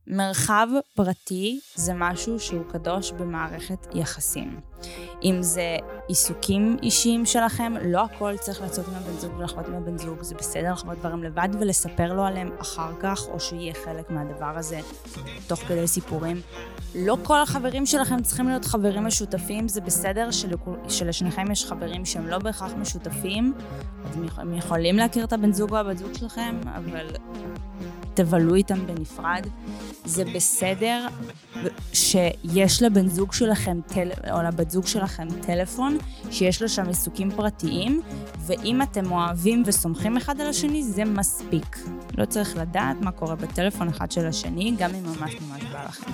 מרחב פרטי זה משהו שהוא קדוש במערכת יחסים. אם זה עיסוקים אישיים שלכם, לא הכל צריך לעשות עם הבן זוג ולחוות עם הבן זוג, זה בסדר לחוות דברים לבד ולספר לו עליהם אחר כך, או שיהיה חלק מהדבר הזה תוך כדי סיפורים. לא כל החברים שלכם צריכים להיות חברים משותפים, זה בסדר שלשניכם יש חברים שהם לא בהכרח משותפים, אתם יכולים להכיר את הבן זוג או הבת זוג שלכם, אבל תבלו איתם בנפרד. זה בסדר שיש לבן זוג שלכם או לבת זוג שלכם טלפון שיש לו שם עיסוקים פרטיים, ואם אתם אוהבים וסומכים אחד על השני זה מספיק. לא צריך לדעת מה קורה בטלפון אחד של השני, גם אם ממש בא לכם.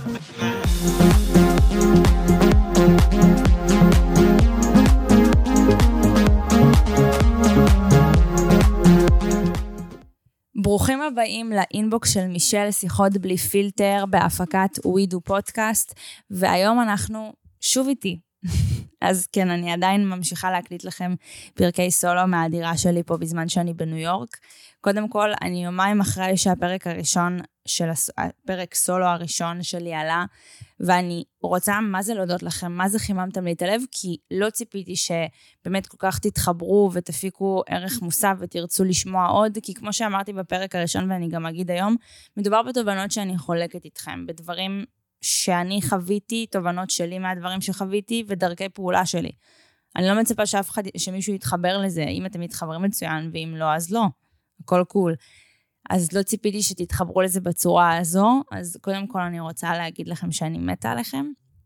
ברוכים הבאים לאינבוקס של מישל, שיחות בלי פילטר, בהפקת ווידו פודקאסט, והיום אנחנו שוב איתי. אז כן, אני עדיין ממשיכה להקליט לכם פרקי סולו מהדירה שלי פה בזמן שאני בניו יורק. קודם כל, אני יומיים אחרי שהפרק הראשון הפרק סולו הראשון שלי עלה, ואני רוצה מה זה להודות לכם, מה זה חיממתם לי את הלב, כי לא ציפיתי שבאמת כל כך תתחברו ותפיקו ערך מוסף ותרצו לשמוע עוד, כי כמו שאמרתי בפרק הראשון ואני גם אגיד היום, מדובר בתובנות שאני חולקת איתכם, בדברים שאני חוויתי, תובנות שלי מהדברים שחוויתי ודרכי פעולה שלי. אני לא מצפה שמישהו יתחבר לזה, אם אתם מתחברים מצוין, ואם לא, אז לא. הכל קול. אז לא ציפיתי שתתחברו לזה בצורה הזו, אז קודם כל אני רוצה להגיד לכם שאני מתה עליכם,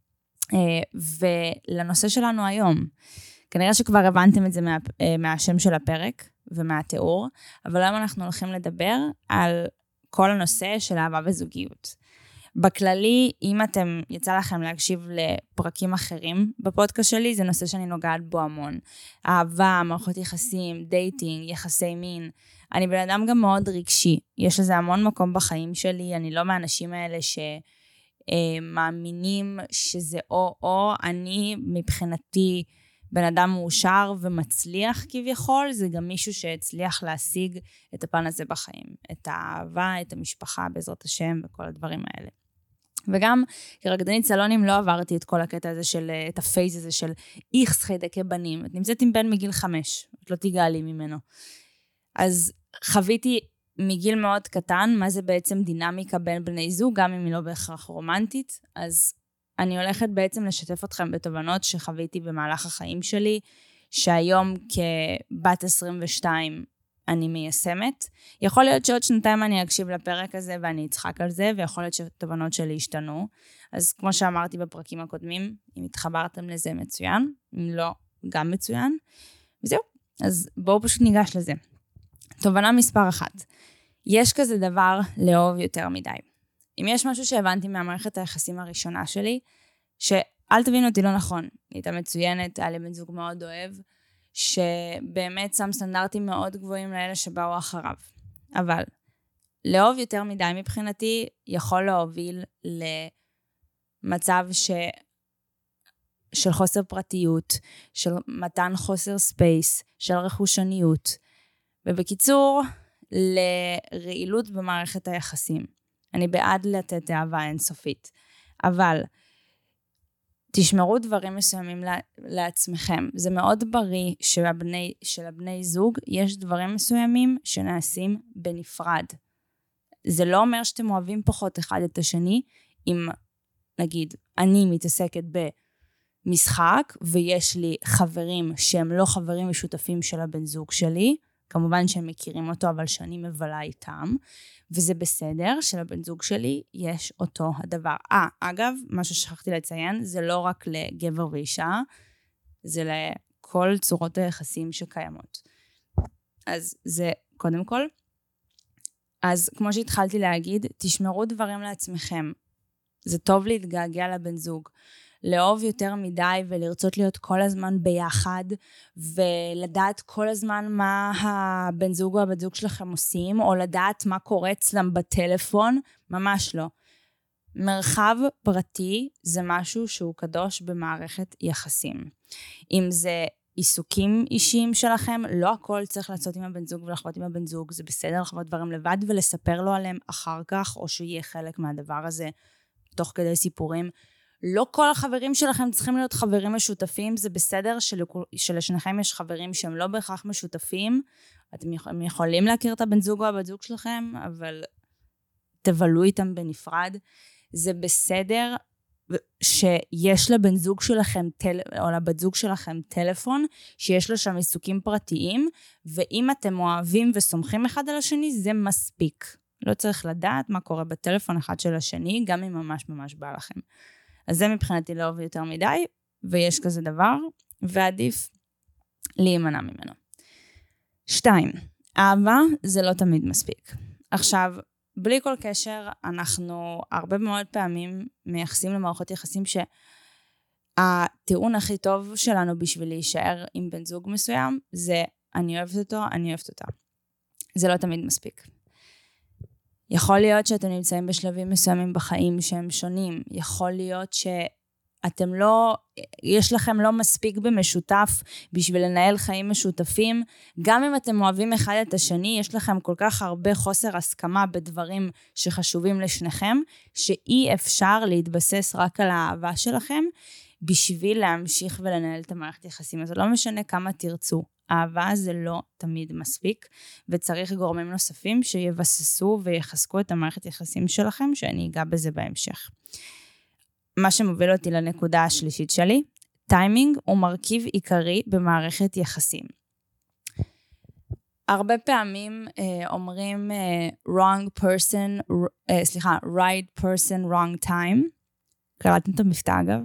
ולנושא שלנו היום, כנראה שכבר הבנתם את זה מהשם של הפרק ומהתיאור, אבל היום אנחנו הולכים לדבר על כל הנושא של אהבה וזוגיות. בכללי, אם אתם יצא לכם להקשיב לפרקים אחרים בפודקאסט שלי, זה נושא שאני נוגעת בו המון. אהבה, מערכות יחסים, דייטינג, יחסי מין. אני בן אדם גם מאוד רגשי. יש לזה המון מקום בחיים שלי. אני לא מהאנשים האלה שמאמינים שזה או. אני מבחינתי בן אדם מאושר ומצליח כביכול. זה גם מישהו שהצליח להשיג את הפן הזה בחיים. את האהבה, את המשפחה בעזרת השם וכל הדברים האלה. וגם כרקדנית סלונים לא עברתי את כל הקטע הזה את הפייס הזה של איכס חיידקי בנים. את נמצאת עם בן מגיל 5, את לא תיגעלי ממנו. אז חוויתי מגיל מאוד קטן, מה זה בעצם דינמיקה בין בני זוג, גם אם היא לא בהכרח רומנטית. אז אני הולכת בעצם לשתף אתכם בתובנות שחוויתי במהלך החיים שלי, שהיום כבת 22 אני מיישמת. יכול להיות שעוד שנתיים אני אקשיב לפרק הזה ואני אצחק על זה, ויכול להיות שהתובנות שלי השתנו. אז כמו שאמרתי בפרקים הקודמים, אם התחברתם לזה מצוין, אם לא, גם מצוין. וזהו, אז בואו פשוט ניגש לזה. תובנה מספר 1. יש כזה דבר לאהוב יותר מדי. אם יש משהו שהבנתי מהמערכת היחסים הראשונה שלי, שאל תבינו אותי לא נכון, היא הייתה מצוינת, היה לי בן זוג מאוד אוהב, שבאמת שם סטנדרטים מאוד גבוהים לאלה שבאו אחריו. אבל לאהוב יותר מדי מבחינתי יכול להוביל למצב של חוסר פרטיות, של מתן חוסר ספייס, של רכושניות, ובקיצור, לרעילות במערכת היחסים. אני בעד לתת אהבה אינסופית, אבל תשמרו דברים מסוימים לעצמכם. זה מאוד בריא שלבני זוג יש דברים מסוימים שנעשים בנפרד. זה לא אומר שאתם אוהבים פחות אחד את השני, אם נגיד אני מתעסקת במשחק ויש לי חברים שהם לא חברים משותפים של הבן זוג שלי, כמובן שהם מכירים אותו אבל שאני מבלה איתם, וזה בסדר שלבן זוג שלי יש אותו הדבר. אגב, מה ששכחתי לציין, זה לא רק לגבר ואישה, זה לכל צורות היחסים שקיימות. אז זה קודם כל. אז כמו שהתחלתי להגיד, תשמרו דברים לעצמכם. זה טוב להתגעגע לבן זוג. לאהוב יותר מדי ולרצות להיות כל הזמן ביחד, ולדעת כל הזמן מה הבן זוג או הבת זוג שלכם עושים, או לדעת מה קורה אצלם בטלפון, ממש לא. מרחב פרטי זה משהו שהוא קדוש במערכת יחסים. אם זה עיסוקים אישיים שלכם, לא הכל צריך לעשות עם הבן זוג ולחוות עם הבן זוג, זה בסדר לחוות דברים לבד ולספר לו עליהם אחר כך, או שיהיה חלק מהדבר הזה תוך כדי סיפורים. לא כל החברים שלכם צריכים להיות חברים משותפים, זה בסדר שלשניכם יש חברים שהם לא בהכרח משותפים, אתם יכולים להכיר את הבן זוג או הבת זוג שלכם, אבל תבלו איתם בנפרד. זה בסדר שיש לבן זוג שלכם או לבת זוג שלכם טלפון, שיש לו שם עיסוקים פרטיים, ואם אתם אוהבים וסומכים אחד על השני, זה מספיק. לא צריך לדעת מה קורה בטלפון אחד של השני, גם אם ממש ממש בא לכם. אז זה מבחינתי לא אוהב יותר מדי, ויש כזה דבר, ועדיף להימנע ממנו. 2. אהבה זה לא תמיד מספיק. עכשיו, בלי כל קשר, אנחנו הרבה מאוד פעמים מייחסים למערכות יחסים שהטיעון הכי טוב שלנו בשביל להישאר עם בן זוג מסוים, זה אני אוהבת אותו, אני אוהבת אותה. זה לא תמיד מספיק. יכול להיות שאתם נמצאים בשלבים מסוימים בחיים שהם שונים. יכול להיות שאתם לא, יש לכם לא מספיק במשותף בשביל לנהל חיים משותפים. גם אם אתם אוהבים אחד את השני, יש לכם כל כך הרבה חוסר הסכמה בדברים שחשובים לשניכם, שאי אפשר להתבסס רק על האהבה שלכם, בשביל להמשיך ולנהל את המערכת יחסים. אז לא משנה כמה תרצו. אהבה זה לא תמיד מספיק, וצריך גורמים נוספים שיבססו ויחזקו את המערכת יחסים שלכם, שאני אגע בזה בהמשך. מה שמוביל אותי לנקודה השלישית שלי, טיימינג הוא מרכיב עיקרי במערכת יחסים. הרבה פעמים אומרים right person, wrong time. קראתם את המבטא אגב?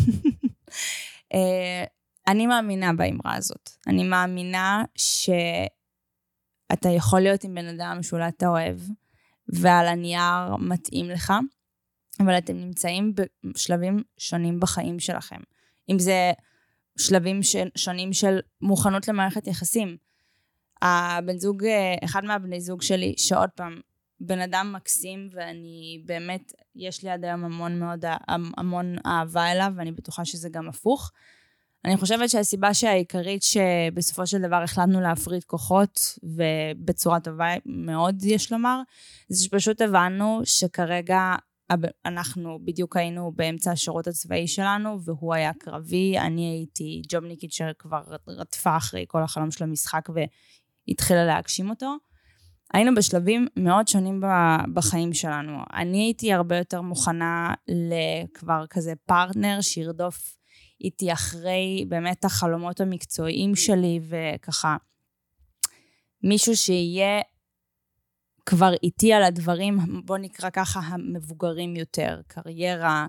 אני מאמינה באמרה הזאת. אני מאמינה שאתה יכול להיות עם בן אדם שאולי אתה אוהב, ועל הנייר מתאים לך, אבל אתם נמצאים בשלבים שונים בחיים שלכם. אם זה שלבים שונים של מוכנות למערכת יחסים. הבן זוג, אחד מהבני זוג שלי, שעוד פעם, בן אדם מקסים, ואני באמת, יש לי עד היום המון אהבה אליו, ואני בטוחה שזה גם הפוך. אני חושבת שהסיבה שהעיקרית שבסופו של דבר החלטנו להפריד כוחות, ובצורה טובה מאוד יש לומר, זה שפשוט הבנו שכרגע אנחנו בדיוק היינו באמצע השירות הצבאי שלנו, והוא היה קרבי, אני הייתי ג'ובניקית שכבר רדפה אחרי כל החלום של המשחק, והתחילה להגשים אותו. היינו בשלבים מאוד שונים בחיים שלנו. אני הייתי הרבה יותר מוכנה לכבר כזה פרטנר שירדוף איתי אחרי באמת החלומות המקצועיים שלי, וככה מישהו שיהיה כבר איתי על הדברים, בוא נקרא ככה המבוגרים יותר, קריירה,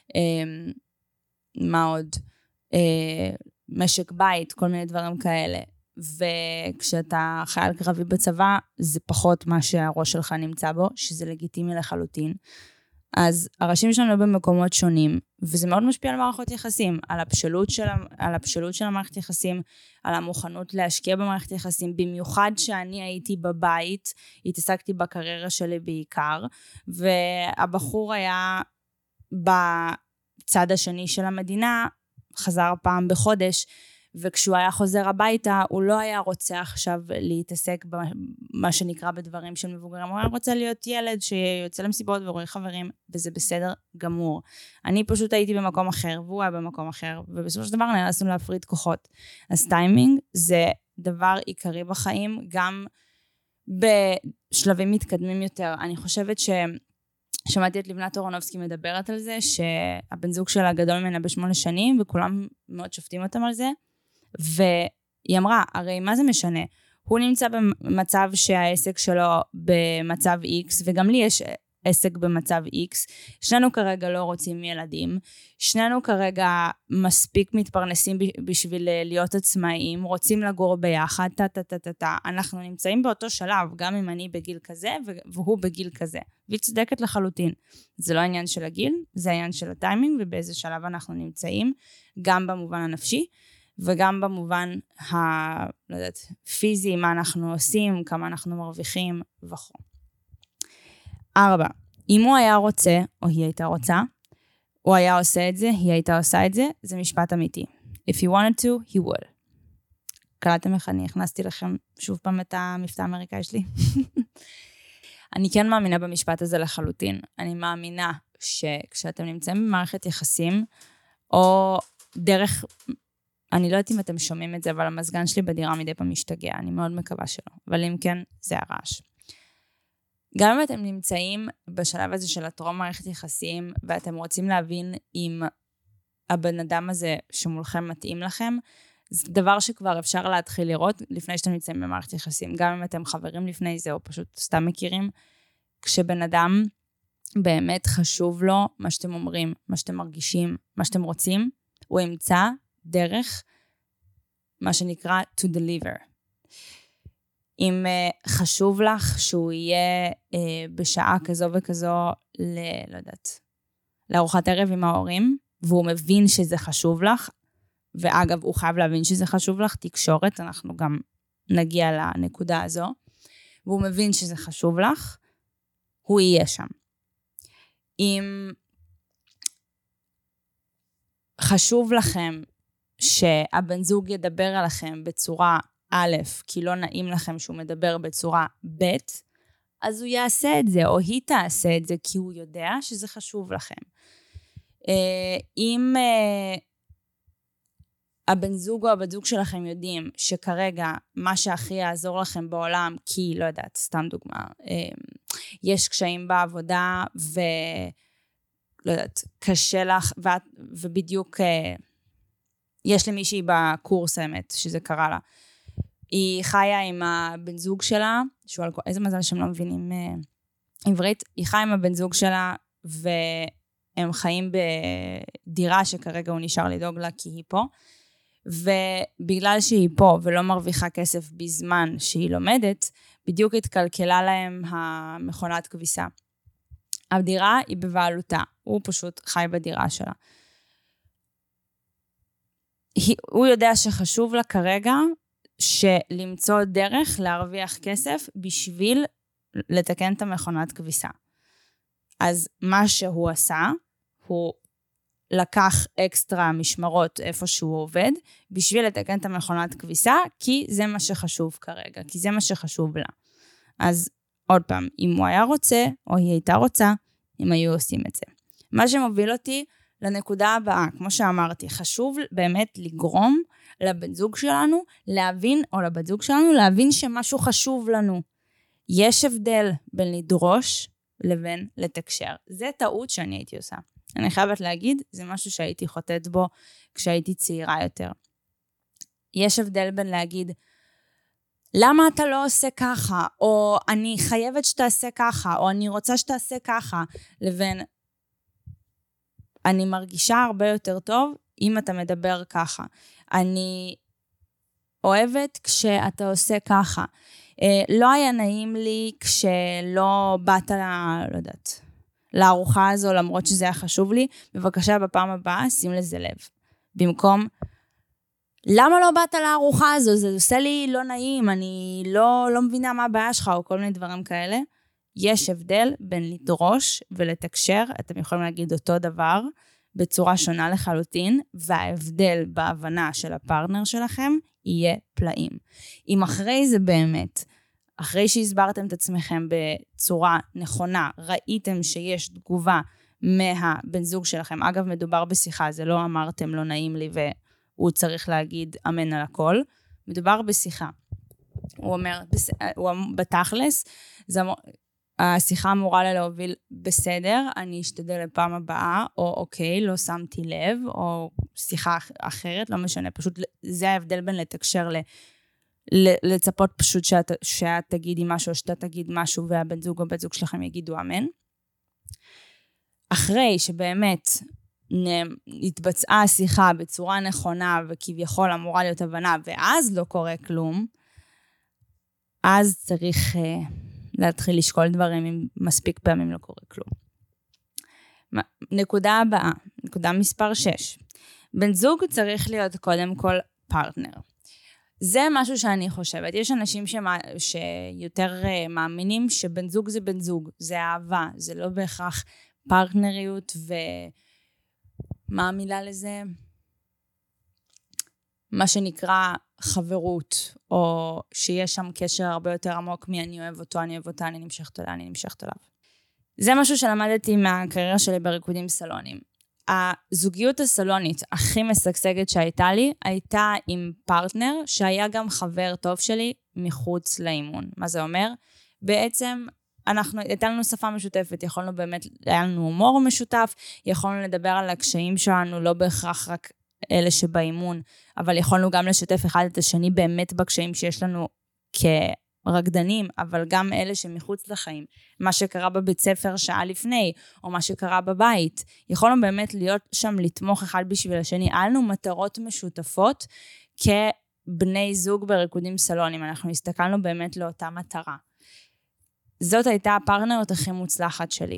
מה עוד, משק בית, כל מיני דברים כאלה. וכשאתה חייל קרבי בצבא, זה פחות מה שהראש שלך נמצא בו, שזה לגיטימי לחלוטין. אז הראשים שלנו במקומות שונים, וזה מאוד משפיע על מערכות יחסים, על הבשלות של המערכת יחסים, על המוכנות להשקיע במערכת יחסים, במיוחד שאני הייתי בבית, התעסקתי בקריירה שלי בעיקר, והבחור היה בצד השני של המדינה, חזר פעם בחודש, וכשהוא היה חוזר הביתה, הוא לא היה רוצה עכשיו להתעסק במה שנקרא בדברים של מבוגרים, הוא היה רוצה להיות ילד שיוצא למסיבות ורואה חברים, וזה בסדר גמור. אני פשוט הייתי במקום אחר, והוא היה במקום אחר, ובסופו של דבר נאלצנו להפריד כוחות. אז טיימינג זה דבר עיקרי בחיים, גם בשלבים מתקדמים יותר. אני חושבת שמעתי את לבנת אורנובסקי מדברת על זה, שהבן זוג שלה גדול ממנה ב8 שנים, וכולם מאוד שופטים אותם על זה, והיא אמרה, הרי מה זה משנה? הוא נמצא במצב שהעסק שלו במצב X, וגם לי יש עסק במצב X, שנינו כרגע לא רוצים ילדים, שנינו כרגע מספיק מתפרנסים בשביל להיות עצמאיים, רוצים לגור ביחד, אנחנו נמצאים באותו שלב, גם אם אני בגיל כזה, והוא בגיל כזה, והיא צודקת לחלוטין. זה לא העניין של הגיל, זה העניין של הטיימינג, ובאיזה שלב אנחנו נמצאים, גם במובן הנפשי, וגם במובן לא יודעת, פיזי, מה אנחנו עושים, כמה אנחנו מרוויחים וכו'. 4. אם הוא היה רוצה, או היא הייתה רוצה, הוא היה עושה את זה, היא הייתה עושה את זה, זה משפט אמיתי. If he wanted to, he would. קלטתם איך אני הכנסתי לכם שוב פעם את המבטא האמריקאי שלי? אני כן מאמינה במשפט הזה לחלוטין. אני מאמינה שכשאתם נמצאים במערכת יחסים, או דרך, אני לא יודעת אם אתם שומעים את זה, אבל המזגן שלי בדירה מדי פעם משתגע, אני מאוד מקווה שלא. אבל אם כן, זה הרעש. גם אם אתם נמצאים בשלב הזה של הטרום מערכת יחסים, ואתם רוצים להבין אם הבן אדם הזה שמולכם מתאים לכם, זה דבר שכבר אפשר להתחיל לראות לפני שאתם נמצאים במערכת יחסים. גם אם אתם חברים לפני זה, או פשוט סתם מכירים, כשבן אדם באמת חשוב לו מה שאתם אומרים, מה שאתם מרגישים, מה שאתם רוצים, הוא ימצא דרך מה שנקרא to deliver. אם חשוב לך שהוא יהיה בשעה כזו וכזו, לא יודעת, לארוחת ערב עם ההורים, והוא מבין שזה חשוב לך, ואגב, הוא חייב להבין שזה חשוב לך, תקשורת, אנחנו גם נגיע לנקודה הזו, והוא מבין שזה חשוב לך, הוא יהיה שם. אם חשוב לכם שהבן זוג ידבר עליכם בצורה א', כי לא נעים לכם שהוא מדבר בצורה ב', אז הוא יעשה את זה, או היא תעשה את זה, כי הוא יודע שזה חשוב לכם. אם הבן זוג או הבת זוג שלכם יודעים שכרגע מה שהכי יעזור לכם בעולם, כי לא יודעת, סתם דוגמה, יש קשיים בעבודה ולא יודעת, קשה לך, ובדיוק יש למישהי בקורס האמת שזה קרה לה. היא חיה עם הבן זוג שלה, איזה מזל שהם לא מבינים עברית, היא חיה עם הבן זוג שלה והם חיים בדירה שכרגע הוא נשאר לדאוג לה כי היא פה, ובגלל שהיא פה ולא מרוויחה כסף בזמן שהיא לומדת, בדיוק התקלקלה להם המכונת כביסה. הדירה היא בבעלותה, הוא פשוט חי בדירה שלה. הוא יודע שחשוב לה כרגע שלמצוא דרך להרוויח כסף בשביל לתקן את המכונת כביסה. אז מה שהוא עשה, הוא לקח אקסטרה משמרות איפה שהוא עובד, בשביל לתקן את המכונת כביסה, כי זה מה שחשוב כרגע, כי זה מה שחשוב לה. אז עוד פעם, אם הוא היה רוצה, או היא הייתה רוצה, הם היו עושים את זה. מה שמוביל אותי לנקודה הבאה, כמו שאמרתי, חשוב באמת לגרום לבן זוג שלנו להבין, או לבת זוג שלנו להבין שמשהו חשוב לנו. יש הבדל בין לדרוש לבין לתקשר. זה טעות שאני הייתי עושה. אני חייבת להגיד, זה משהו שהייתי חוטאת בו כשהייתי צעירה יותר. יש הבדל בין להגיד, למה אתה לא עושה ככה? או אני חייבת שתעשה ככה, או אני רוצה שתעשה ככה, לבין אני מרגישה הרבה יותר טוב אם אתה מדבר ככה. אני אוהבת כשאתה עושה ככה. לא היה נעים לי כשלא באת לא יודעת, לארוחה הזו, למרות שזה היה חשוב לי, בבקשה בפעם הבאה, שים לזה לב. במקום, למה לא באת לארוחה הזו? זה עושה לי לא נעים, אני לא מבינה מה הבעיה שלך, או כל מיני דברים כאלה. יש הבדל בין לדרוש ולתקשר, אתם יכולים להגיד אותו דבר, בצורה שונה לחלוטין, וההבדל בהבנה של הפרטנר שלכם יהיה פלאים. אם אחרי זה באמת, אחרי שהסברתם את עצמכם בצורה נכונה, ראיתם שיש תגובה מהבן זוג שלכם, אגב מדובר בשיחה, זה לא אמרתם לא נעים לי והוא צריך להגיד אמן על הכל, מדובר בשיחה. הוא אומר, בתכלס, השיחה אמורה להוביל בסדר, אני אשתדל לפעם הבאה, או אוקיי, לא שמתי לב, או שיחה אחרת, לא משנה, פשוט זה ההבדל בין לתקשר לצפות פשוט שאת תגידי משהו, או שאתה תגיד משהו, והבן זוג או בת זוג שלכם יגידו אמן. אחרי שבאמת התבצעה השיחה בצורה נכונה, וכביכול אמורה להיות הבנה, ואז לא קורה כלום, אז צריך להתחיל לשקול דברים אם מספיק פעמים לא קורה כלום. נקודה הבאה, נקודה מספר 6. בן זוג צריך להיות קודם כל פרטנר. זה משהו שאני חושבת. יש אנשים שיותר מאמינים שבן זוג זה בן זוג, זה אהבה, זה לא בהכרח פרטנריות ומה המילה לזה? מה שנקרא חברות, או שיש שם קשר הרבה יותר עמוק אני אוהב אותו, אני אוהב אותה, אני נמשכת אליה, אני נמשכת אליו. זה משהו שלמדתי מהקריירה שלי בריקודים סלונים. הזוגיות הסלונית הכי משגשגת שהייתה לי, הייתה עם פרטנר שהיה גם חבר טוב שלי מחוץ לאימון. מה זה אומר? בעצם הייתה לנו שפה משותפת, יכולנו באמת, היה לנו הומור משותף, יכולנו לדבר על הקשיים שלנו, לא בהכרח רק אלה שבאימון, אבל יכולנו גם לשתף אחד את השני באמת בקשיים שיש לנו כרקדנים, אבל גם אלה שמחוץ לחיים, מה שקרה בבית ספר שעה לפני, או מה שקרה בבית, יכולנו באמת להיות שם לתמוך אחד בשביל השני, היה לנו מטרות משותפות כבני זוג בריקודים סלונים, אנחנו הסתכלנו באמת לאותה מטרה. זאת הייתה הפרטנרית הכי מוצלחת שלי.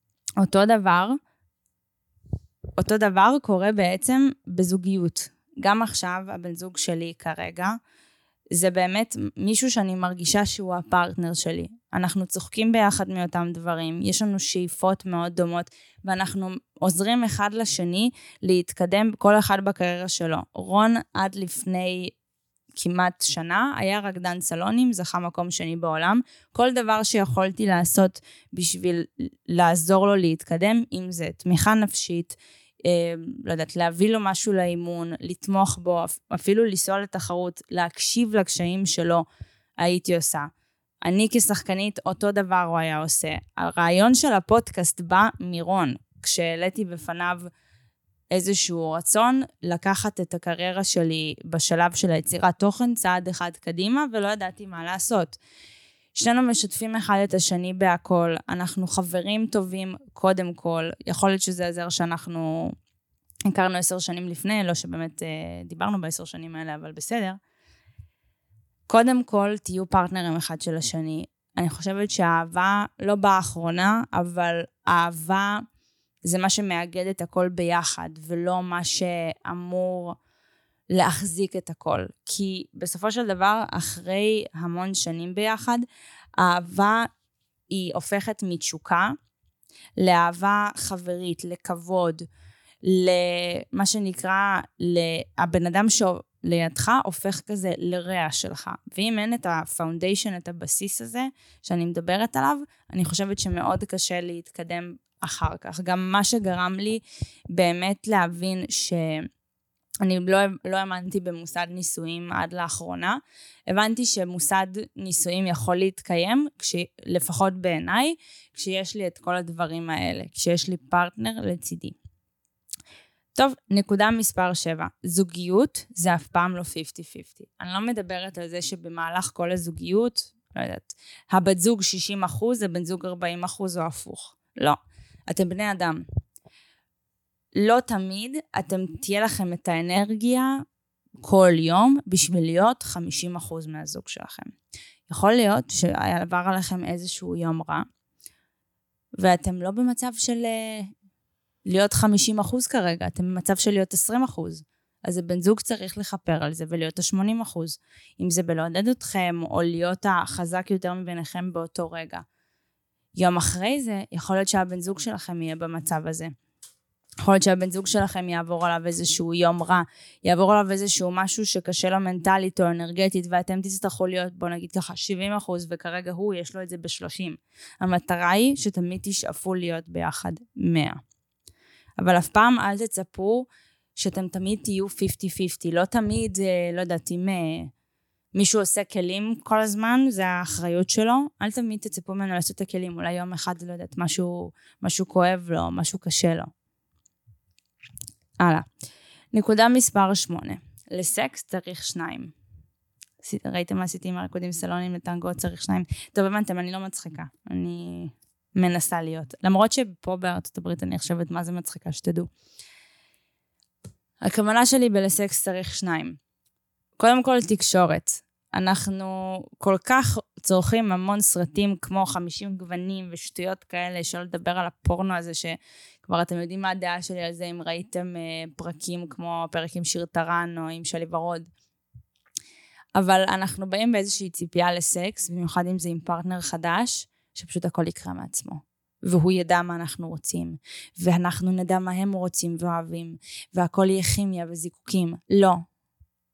אותו דבר קורה בעצם בזוגיות. גם עכשיו, הבן זוג שלי כרגע, זה באמת מישהו שאני מרגישה שהוא הפרטנר שלי. אנחנו צוחקים ביחד מאותם דברים, יש לנו שאיפות מאוד דומות, ואנחנו עוזרים אחד לשני להתקדם כל אחד בקריירה שלו. רון עד לפני כמעט שנה היה רקדן סלונים, זכה מקום שני בעולם. כל דבר שיכולתי לעשות בשביל לעזור לו להתקדם, אם זה תמיכה נפשית, לא יודעת, להביא לו משהו לאימון, לתמוך בו, אפילו לנסוע לתחרות, להקשיב לקשיים שלו, הייתי עושה. אני כשחקנית אותו דבר הוא היה עושה. הרעיון של הפודקאסט בא מרון, כשהעליתי בפניו איזשהו רצון לקחת את הקריירה שלי בשלב של היצירת תוכן צעד אחד קדימה, ולא ידעתי מה לעשות. שנינו משתפים אחד את השני בהכל, אנחנו חברים טובים קודם כל, יכול להיות שזה עזר שאנחנו הכרנו 10 שנים לפני, לא שבאמת דיברנו ב10 שנים האלה, אבל בסדר. קודם כל תהיו פרטנרים אחד של השני. אני חושבת שהאהבה לא באחרונה, אבל האהבה זה מה שמאגד את הכל ביחד, ולא מה שאמור להחזיק את הכל. כי בסופו של דבר, אחרי המון שנים ביחד, האהבה היא הופכת מתשוקה, לאהבה חברית, לכבוד, למה שנקרא, הבן אדם שלידך הופך כזה לרע שלך. ואם אין את הפאונדיישן, את הבסיס הזה, שאני מדברת עליו, אני חושבת שמאוד קשה להתקדם אחר כך. גם מה שגרם לי באמת להבין אני לא האמנתי במוסד נישואים עד לאחרונה, הבנתי שמוסד נישואים יכול להתקיים, לפחות בעיניי, כשיש לי את כל הדברים האלה, כשיש לי פרטנר לצידי. טוב, נקודה מספר 7, זוגיות זה אף פעם לא 50-50. אני לא מדברת על זה שבמהלך כל הזוגיות, לא יודעת, הבת זוג 60%, הבן זוג 40% או הפוך. לא, אתם בני אדם. לא תמיד תהיה לכם את האנרגיה כל יום בשביל להיות 50% מהזוג שלכם. יכול להיות שעבר עליכם איזשהו יום רע, ואתם לא במצב של להיות 50% כרגע, אתם במצב של להיות 20%. אז הבן זוג צריך לחפר על זה ולהיות 80%. אם זה בלעודד אתכם או להיות החזק יותר מביניכם באותו רגע. יום אחרי זה, יכול להיות שהבן זוג שלכם יהיה במצב הזה. יכול להיות שהבן זוג שלכם יעבור עליו איזשהו יום רע, יעבור עליו איזשהו משהו שקשה לו מנטלית או אנרגטית, ואתם תצטרכו להיות, בוא נגיד ככה, 70%, וכרגע יש לו את זה ב-30. המטרה היא שתמיד תשאפו להיות ביחד 100. אבל אף פעם אל תצפו שאתם תמיד תהיו 50-50, לא תמיד, לא יודעת, אם מישהו עושה כלים כל הזמן, זה האחריות שלו, אל תמיד תצפו ממנו לעשות את הכלים, אולי יום אחד, לא יודעת, משהו כואב לו, משהו קשה לו. הלאה. נקודה מספר 8. לסקס צריך 2. ראיתם מה עשיתי עם הריקודים סלונים לטנגו, צריך 2. טוב, הבנתם, אני לא מצחיקה. אני מנסה להיות. למרות שפה בארצות הברית אני חושבת מה זה מצחיקה, שתדעו. הכוונה שלי בלסקס צריך 2. קודם כל תקשורת. אנחנו כל כך צורכים המון סרטים כמו 50 גוונים ושטויות כאלה, שלא לדבר על הפורנו הזה שכבר אתם יודעים מה הדעה שלי על זה, אם ראיתם פרקים כמו פרק עם שיר טרן או עם שלי ורוד. אבל אנחנו באים באיזושהי ציפייה לסקס, במיוחד אם זה עם פרטנר חדש, שפשוט הכל יקרה מעצמו. והוא ידע מה אנחנו רוצים, ואנחנו נדע מה הם רוצים ואוהבים, והכל יהיה כימיה וזיקוקים. לא.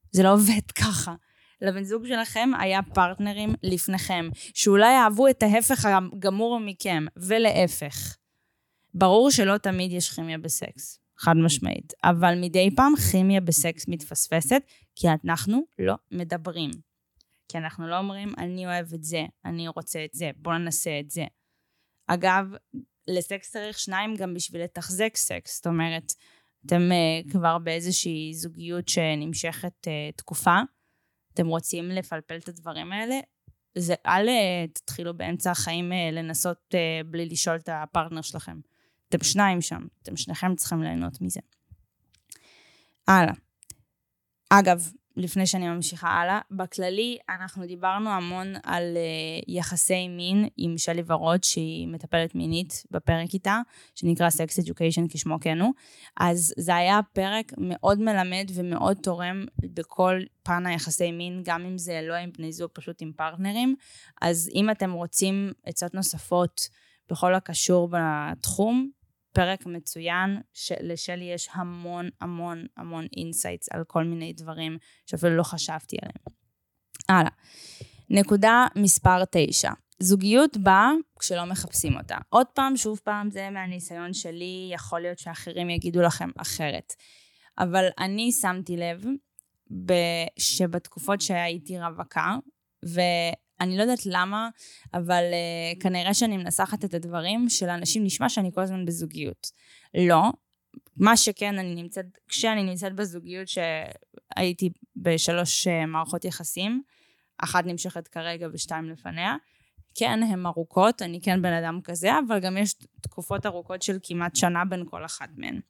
זה לא עובד ככה. לבן זוג שלכם היה פרטנרים לפניכם, שאולי אהבו את ההפך הגמור מכם, ולהפך. ברור שלא תמיד יש כימיה בסקס, חד משמעית, אבל מדי פעם כימיה בסקס מתפספסת, כי אנחנו לא מדברים. כי אנחנו לא אומרים, אני אוהב את זה, אני רוצה את זה, בוא ננסה את זה. אגב, לסקס צריך שניים גם בשביל לתחזק סקס, זאת אומרת, אתם כבר באיזושהי זוגיות שנמשכת תקופה, אתם רוצים לפלפל את הדברים האלה, זה אל תתחילו באמצע החיים לנסות בלי לשאול את הפרטנר שלכם. אתם שניים שם, אתם שניכם צריכים ליהנות מזה. הלאה. אגב, לפני שאני ממשיכה הלאה, בכללי אנחנו דיברנו המון על יחסי מין עם שלי ורוד, שהיא מטפלת מינית בפרק איתה, שנקרא Sex Education כשמו כן הוא. אז זה היה פרק מאוד מלמד ומאוד תורם בכל פן היחסי מין, גם אם זה לא עם בני זוג, פשוט עם פרטנרים. אז אם אתם רוצים עצות נוספות בכל הקשור בתחום, פרק מצוין, לשלי יש המון המון המון אינסייטס על כל מיני דברים שאפילו לא חשבתי עליהם. הלאה. נקודה מספר 9. זוגיות באה כשלא מחפשים אותה. עוד פעם, שוב פעם, זה מהניסיון שלי, יכול להיות שאחרים יגידו לכם אחרת. אבל אני שמתי לב שבתקופות שהייתי רווקה, אני לא יודעת למה, אבל כנראה שאני מנסחת את הדברים של האנשים נשמע שאני כל הזמן בזוגיות. לא, מה שכן כשאני נמצאת בזוגיות שהייתי בשלוש מערכות יחסים, אחת נמשכת כרגע ושתיים לפניה, כן, הן ארוכות, אני כן בן אדם כזה, אבל גם יש תקופות ארוכות של כמעט שנה בין כל אחת מהן.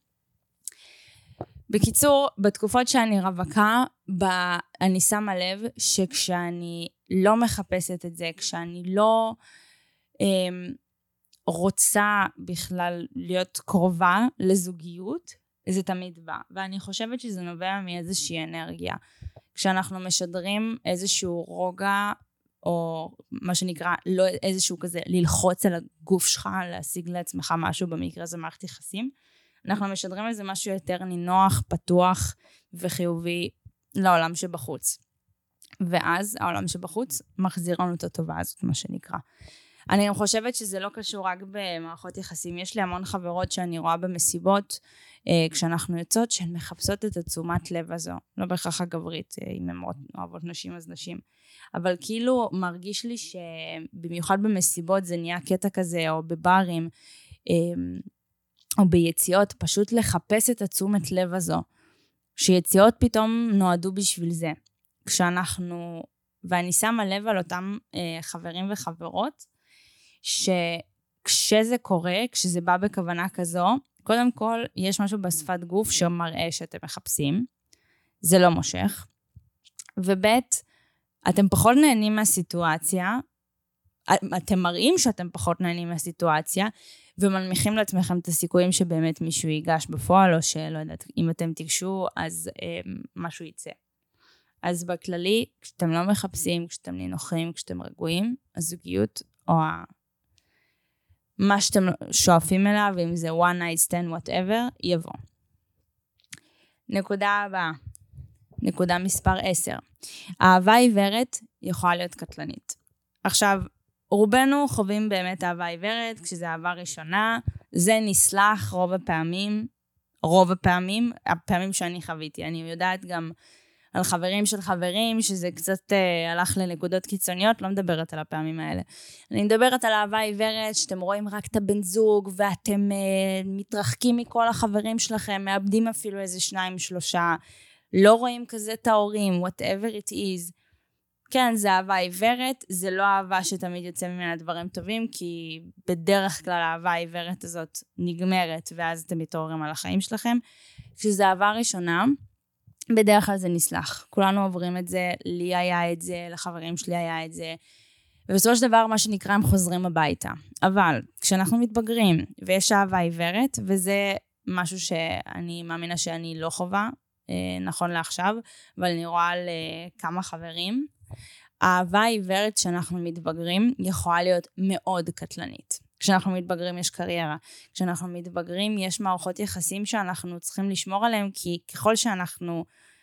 בקיצור, בתקופות שאני רווקה, אני שמה לב שכשאני לא מחפשת את זה, כשאני לא רוצה בכלל להיות קרובה לזוגיות, זה תמיד בא. ואני חושבת שזה נובע מאיזושהי אנרגיה. כשאנחנו משדרים איזשהו רוגע, או מה שנקרא, לא איזשהו כזה, ללחוץ על הגוף שלך, להשיג לעצמך משהו, במקרה זה מערכת יחסים, אנחנו משדרים איזה משהו יותר נינוח, פתוח וחיובי לעולם שבחוץ. ואז העולם שבחוץ מחזיר לנו את הטובה הזאת, מה שנקרא. אני גם חושבת שזה לא קשור רק במערכות יחסים. יש לי המון חברות שאני רואה במסיבות, כשאנחנו יוצאות, שהן מחפשות את התשומת לב הזו. לא בהכרח הגברית, אם הן אוהבות נשים אז נשים. אבל כאילו מרגיש לי שבמיוחד במסיבות זה נהיה קטע כזה, או בברים, או ביציאות, פשוט לחפש את התשומת לב הזו. שיציאות פתאום נועדו בשביל זה. ואני שמה לב על אותם חברים וחברות, שכשזה קורה, כשזה בא בכוונה כזו, קודם כל יש משהו בשפת גוף שמראה שאתם מחפשים, זה לא מושך, ובית, אתם פחות נהנים מהסיטואציה, אתם מראים שאתם פחות נהנים מהסיטואציה, ומנמיכים לעצמכם את הסיכויים שבאמת מישהו ייגש בפועל, או שלא יודעת, אם אתם תיגשו, אז משהו יצא. אז בכללי, כשאתם לא מחפשים, כשאתם נינוחים, כשאתם רגועים, הזוגיות, או מה שאתם שואפים אליו, אם זה one night stand, whatever, יבוא. נקודה הבאה. נקודה מספר 10. אהבה עיוורת יכולה להיות קטלנית. עכשיו, רובנו חווים באמת אהבה עיוורת, כשזה אהבה ראשונה, זה נסלח רוב הפעמים, הפעמים שאני חוויתי. אני יודעת גם על חברים של חברים, שזה קצת הלך לנקודות קיצוניות, לא מדברת על הפעמים האלה. אני מדברת על אהבה עיוורת, שאתם רואים רק את הבן זוג, ואתם מתרחקים מכל החברים שלכם, מאבדים אפילו איזה 2-3, לא רואים כזה את ההורים, whatever it is. כן, זה אהבה עיוורת, זה לא אהבה שתמיד יוצא ממנה דברים טובים, כי בדרך כלל האהבה העיוורת הזאת נגמרת, ואז אתם מתעוררים על החיים שלכם. כשזה אהבה ראשונה, בדרך כלל זה נסלח. כולנו עוברים את זה, לי היה את זה, לחברים שלי היה את זה, ובסופו של דבר מה שנקרא הם חוזרים הביתה. אבל כשאנחנו מתבגרים, ויש אהבה עיוורת, וזה משהו שאני מאמינה שאני לא חובה, נכון לעכשיו, אבל אני רואה על כמה חברים, האהבה העיוורת שאנחנו מתבגרים יכולה להיות מאוד קטלנית. כשאנחנו מתבגרים יש קריירה, כשאנחנו מתבגרים יש מערכות יחסים שאנחנו צריכים לשמור עליהם, כי ככל שאנחנו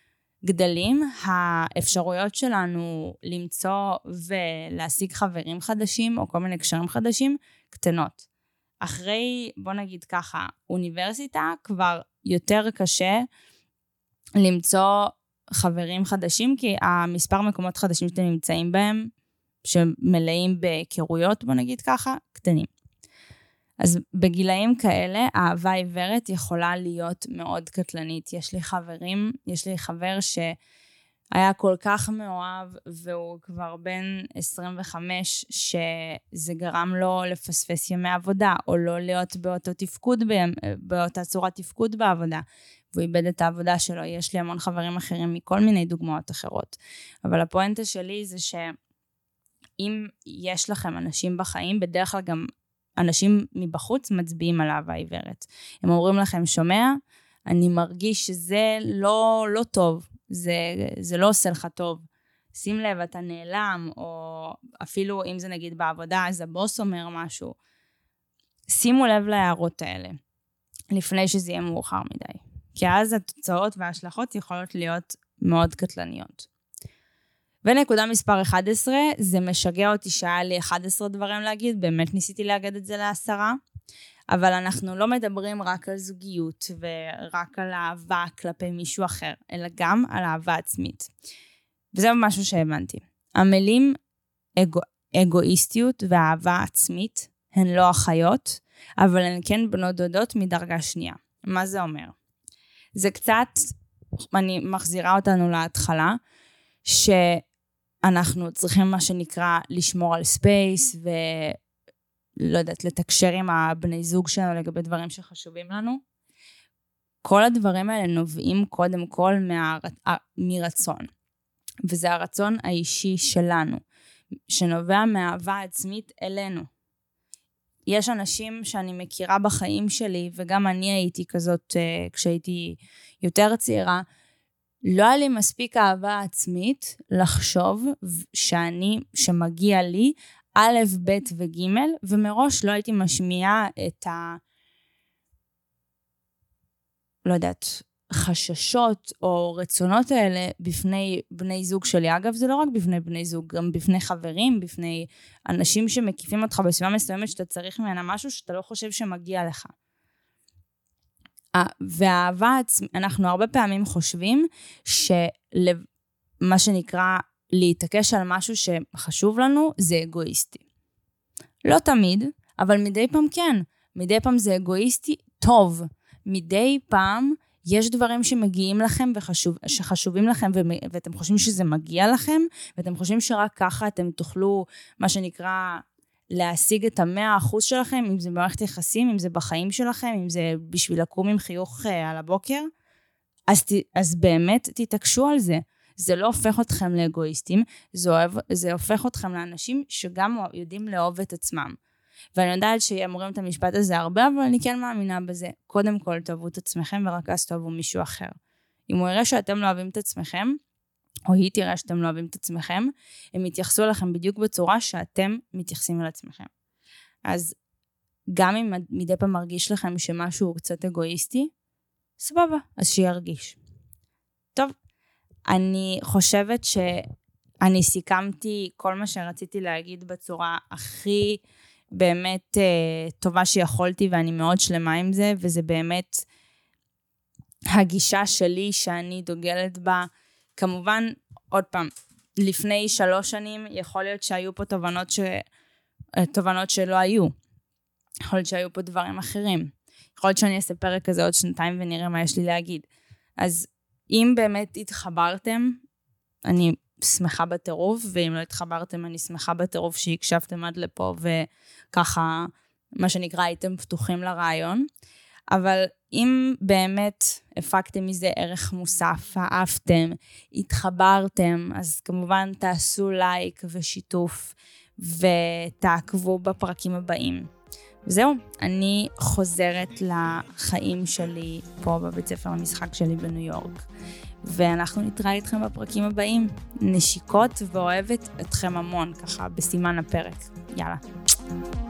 גדלים, האפשרויות שלנו למצוא ולהשיג חברים חדשים או כל מיני קשרים חדשים קטנות. אחרי, בוא נגיד ככה, אוניברסיטה כבר יותר קשה למצוא חברים חדשים, כי המספר מקומות חדשים שאתם נמצאים בהם, שמלאים בהיכרויות, בוא נגיד ככה, קטנים. אז בגילאים כאלה, האהבה עיוורת יכולה להיות מאוד קטלנית. יש לי חבר שהיה כל כך מאוהב, והוא כבר בן 25, שזה גרם לו לפספס ימי עבודה, או לא להיות באותה צורת תפקוד בעבודה, והוא איבד את העבודה שלו. יש לי המון חברים אחרים מכל מיני דוגמאות אחרות. אבל הפואנטה שלי זה שאם יש לכם אנשים בחיים, בדרך כלל גם אנשים מבחוץ מצביעים על אהבה עיוורת. הם אומרים לכם, שומע, אני מרגיש שזה לא טוב, זה לא עושה לך טוב. שים לב, אתה נעלם, או אפילו אם זה נגיד בעבודה, אז הבוס אומר משהו. שימו לב להערות האלה, לפני שזה יהיה מאוחר מדי. כי אז התוצאות וההשלכות יכולות להיות מאוד קטלניות. ונקודה מספר 11, זה משגע אותי שהיה לי 11 דברים להגיד, באמת ניסיתי להגיד את זה ל10, אבל אנחנו לא מדברים רק על זוגיות ורק על אהבה כלפי מישהו אחר, אלא גם על אהבה עצמית. וזה משהו שהבנתי. המילים אגואיסטיות ואהבה עצמית הן לא אחיות, אבל הן כן בנות דודות מדרגה שנייה. מה זה אומר? זה קצת, אני מחזירה אותנו להתחלה, שאנחנו צריכים מה שנקרא לשמור על ספייס, ולא יודעת, לתקשר עם הבני זוג שלנו לגבי דברים שחשובים לנו. כל הדברים האלה נובעים קודם כל מרצון. וזה הרצון האישי שלנו, שנובע מהאהבה עצמית אלינו. יש אנשים שאני מכירה בחיים שלי, וגם אני הייתי כזאת כשהייתי יותר צעירה, לא היה לי מספיק אהבה עצמית לחשוב שמגיע לי א', ב' וג', ומראש לא הייתי משמיעה את לא יודעת, חששות או רצונות האלה בפני בני זוג שלי. אגב, זה לא רק בפני בני זוג, גם בפני חברים, בפני אנשים שמקיפים אותך בסביבה מסוימת שאתה צריך ממנה משהו שאתה לא חושב שמגיע לך. והאהבה, אנחנו הרבה פעמים חושבים שמה שנקרא להתעקש על משהו שחשוב לנו זה אגואיסטי. לא תמיד, אבל מדי פעם כן. מדי פעם זה אגואיסטי טוב. מדי פעם יש דברים שמגיעים לכם שחשובים לכם ואתם חושבים שזה מגיע לכם, ואתם חושבים שרק ככה אתם תוכלו, מה שנקרא, להשיג את 100% שלכם, אם זה במערכת יחסים, אם זה בחיים שלכם, אם זה בשביל לקום עם חיוך על הבוקר, אז באמת תתעקשו על זה. זה לא הופך אתכם לאגואיסטים, זה הופך אתכם לאנשים שגם יודעים לאהוב את עצמם. ואני יודעת שאמורים את המשפט הזה הרבה, אבל אני כן מאמינה בזה. קודם כל תאהבו את עצמכם, ורק אז תאהבו מישהו אחר. אם הוא יראה שאתם לא אוהבים את עצמכם, או היא תראה שאתם לא אוהבים את עצמכם, הם יתייחסו אליכם בדיוק בצורה שאתם מתייחסים על עצמכם. אז גם אם מדי פעם מרגיש לכם שמשהו הוא קצת אגואיסטי, סבבה, אז שירגיש. טוב, אני חושבת שאני סיכמתי כל מה שרציתי להגיד בצורה הכי באמת טובה שיכולתי, ואני מאוד שלמה עם זה, וזה באמת הגישה שלי שאני דוגלת בה. כמובן, עוד פעם, לפני 3 שנים יכול להיות שהיו פה תובנות שלא היו. יכול להיות שהיו פה דברים אחרים. יכול להיות שאני אעשה פרק כזה עוד 2 ונראה מה יש לי להגיד. אז אם באמת התחברתם, אני שמחה בטירוף, ואם לא התחברתם, אני שמחה בטירוף שהקשבתם עד לפה, וככה, מה שנקרא, הייתם פתוחים לרעיון. אבל אם באמת הפקתם מזה ערך מוסף, אהבתם, התחברתם, אז כמובן תעשו לייק ושיתוף, ותעקבו בפרקים הבאים. וזהו, אני חוזרת לחיים שלי פה בבית ספר המשחק שלי בניו יורק. ואנחנו נתראה איתכם בפרקים הבאים. נשיקות, ואוהבת אתכם המון, ככה בסימן הפרק. יאללה.